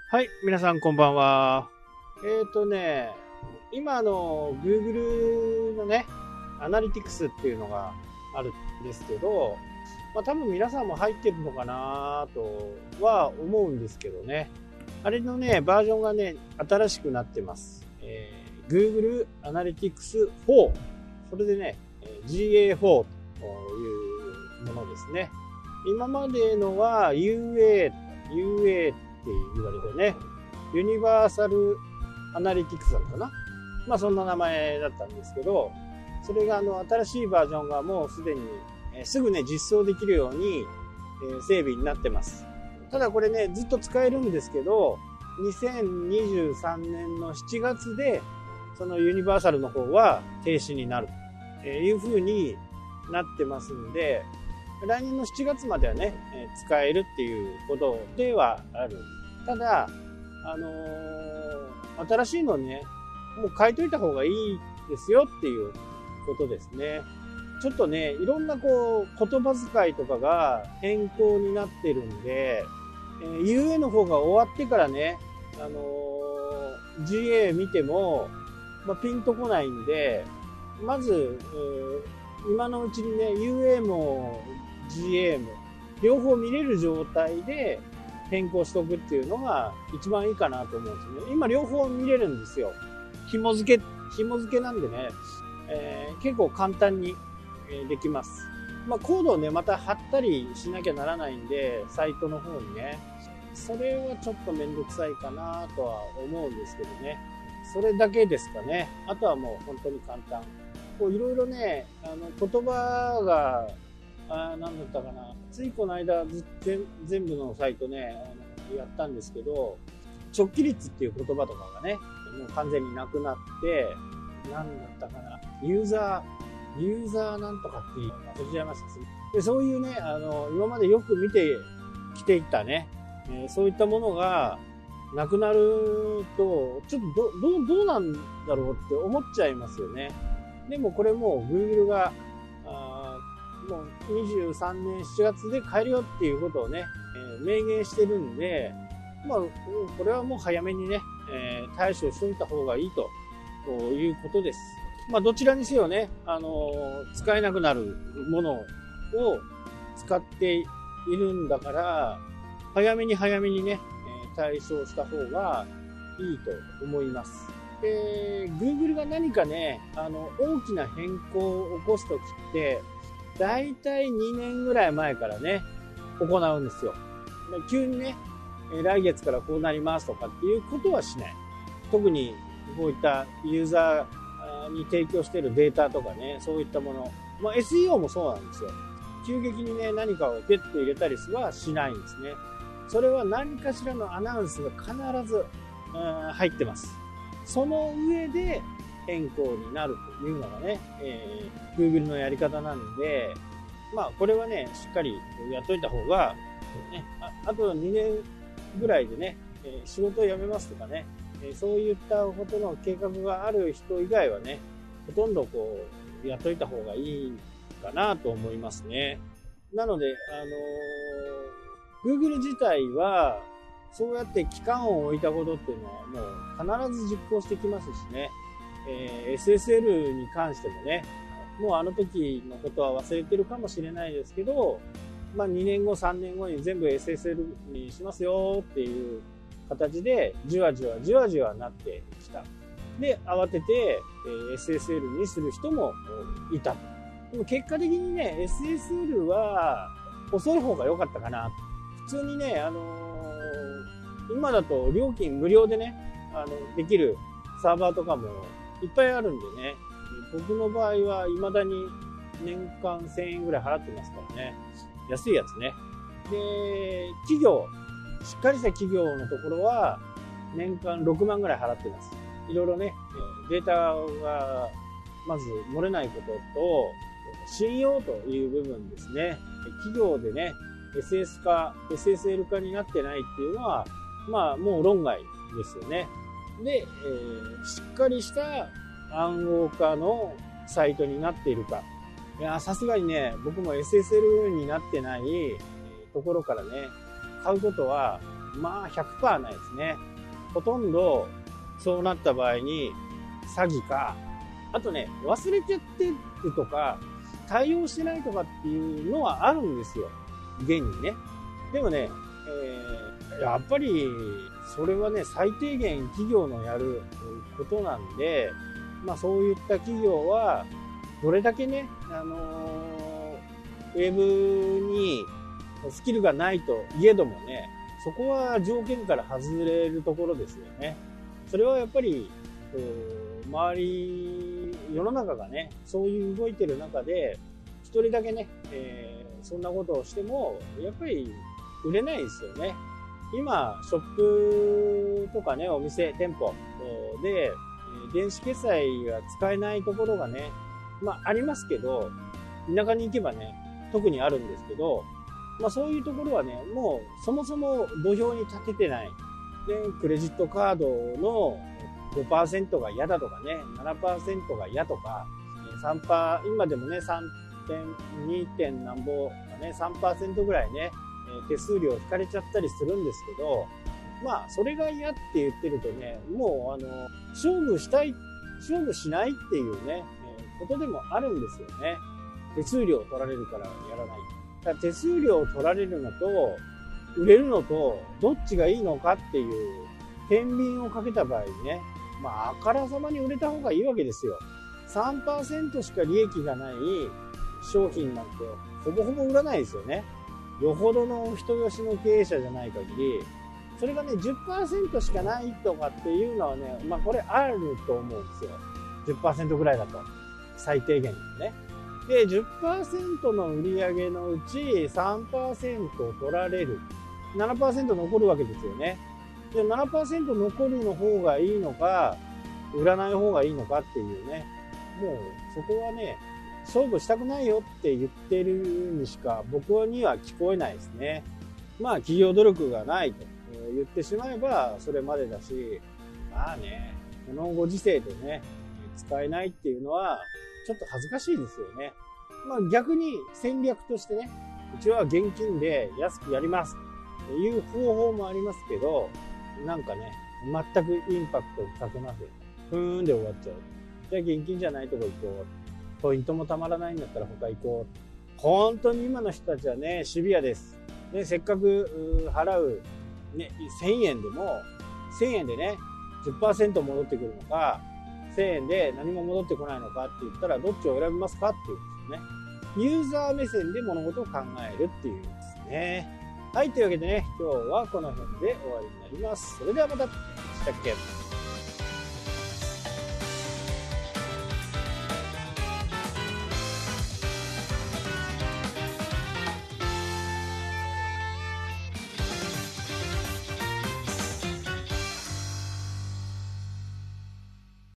はい、皆さんこんばんは。今Google のね、アナリティクスっていうのがあるんですけど、多分皆さんも入ってるのかなとは思うんですけどね。あれのね、バージョンがね、新しくなってます。Google Analytics 4。それでね、GA4 というものですね。今までのは UA って言われてね、ユニバーサルアナリティクスだったかな。そんな名前だったんですけど、それが新しいバージョンがもうすでに、すぐね、実装できるように、整備になってます。ただこれね、ずっと使えるんですけど、2023年の7月で、そのユニバーサルの方は停止になるという風になってますんで、来年の7月まではね、使えるっていうことではある。ただ、新しいのね、もう変えといた方がいいですよっていうことですね。ちょっとね、いろんな言葉遣いとかが変更になってるんで、UA の方が終わってからね、GA 見ても、ピンとこないんで、まず、今のうちにね、UA もGA も両方見れる状態で変更しておくっていうのが一番いいかなと思うんですね。今両方見れるんですよ。紐付けなんでね、結構簡単にできます。コードをね、また貼ったりしなきゃならないんで、サイトの方にね、それはちょっとめんどくさいかなとは思うんですけどね。それだけですかね。あとはもう本当に簡単。いろいろね、言葉が、何だったかな。ついこの間、全部のサイトね、やったんですけど、直帰率っていう言葉とかがね、もう完全になくなって、何だったかな。ユーザーなんとかって忘れちゃいました。で、そういうね、今までよく見てきていたね、そういったものがなくなると、ちょっとどうなんだろうって思っちゃいますよね。でもこれもう Google が、もう23年7月で変えるよっていうことをね、明言してるんで、これはもう早めにね、対処しておいた方がいいということです。どちらにせよね、使えなくなるものを使っているんだから、早めにね、対処した方がいいと思います。Google が何かね、大きな変更を起こすときって、だいたい2年ぐらい前からね、行うんですよ。急にね、来月からこうなりますとかっていうことはしない。特にこういったユーザーに提供しているデータとかね、そういったもの。SEO もそうなんですよ。急激にね、何かをペッと入れたりはしないんですね。それは何かしらのアナウンスが必ず入ってます。その上で変更になるというのがね、Google のやり方なんで、これはね、しっかりやっといた方が、ね、あと2年ぐらいでね、仕事を辞めますとかね、そういったことの計画がある人以外はね、ほとんどやっといた方がいいかなと思いますね。なので、Google 自体は、そうやって期間を置いたことっていうのはもう必ず実行してきますしね、SSL に関してもね、もうあの時のことは忘れてるかもしれないですけど、2年後、3年後に全部 SSL にしますよっていう形で、じわじわなってきた。で、慌てて、SSL にする人もいた。でも結果的にね、SSL は遅い方が良かったかな。普通にね、今だと料金無料でね、できるサーバーとかもいっぱいあるんでね、僕の場合は未だに年間1000円ぐらい払ってますからね。安いやつね。で、しっかりした企業のところは年間6万ぐらい払ってます。いろいろね、データがまず漏れないことと、信用という部分ですね。企業でね、SSL 化になってないっていうのは、もう論外ですよね。で、しっかりした暗号化のサイトになっているか。いや、さすがにね、僕も SSL になってないところからね、買うことはまあ100% ないですね。ほとんどそうなった場合に詐欺か、あとね、忘れちゃってるとか、対応してないとかっていうのはあるんですよ。現にね。でもね、やっぱりそれはね、最低限企業のやることなんで、まあそういった企業は、どれだけね、ウェブにスキルがないといえどもね、そこは条件から外れるところですよね。それはやっぱり、周り、世の中がね、そういう動いてる中で、一人だけね、そんなことをしても、やっぱり売れないですよね。今、ショップとかね、お店、店舗で、電子決済が使えないところがね、まあありますけど、田舎に行けばね、特にあるんですけど、まあそういうところはね、もうそもそも土俵に立ててない。で、クレジットカードの 5% が嫌だとかね、7% が嫌とか、今でもね、2. 点何ぼがね、3% ぐらいね、手数料引かれちゃったりするんですけど、まあ、それが嫌って言ってるとね、もう、勝負しないっていうね、ことでもあるんですよね。手数料取られるからやらない。だから手数料を取られるのと、売れるのと、どっちがいいのかっていう、天秤をかけた場合ね、まあ、あからさまに売れた方がいいわけですよ。3% しか利益がない商品なんて、ほぼほぼ売らないですよね。よほどの人よしの経営者じゃない限り、それがね、10% しかないとかっていうのはね、まあこれあると思うんですよ。10% ぐらいだと。最低限ですね。で、10% の売り上げのうち 3% 取られる。7% 残るわけですよね。で、7% 残るの方がいいのか、売らない方がいいのかっていうね。もうそこはね、勝負したくないよって言ってるにしか僕には聞こえないですね。まあ企業努力がないと言ってしまえばそれまでだし、まあね、このご時世でね、使えないっていうのはちょっと恥ずかしいですよね。まあ逆に戦略としてね、うちは現金で安くやりますっていう方法もありますけど、なんかね、全くインパクトかけません。ふーんで終わっちゃう。じゃあ現金じゃないとこ行こう。ポイントもたまらないんだったら他行こう。本当に今の人たちはね、シビアです。ね、せっかく払う、ね、1000円でも、1000円でね、10% 戻ってくるのか、1000円で何も戻ってこないのかって言ったら、どっちを選びますかっていうんですよね。ユーザー目線で物事を考えるっていうんですね。はい、というわけでね、今日はこの辺で終わりになります。それではまた。したっけ。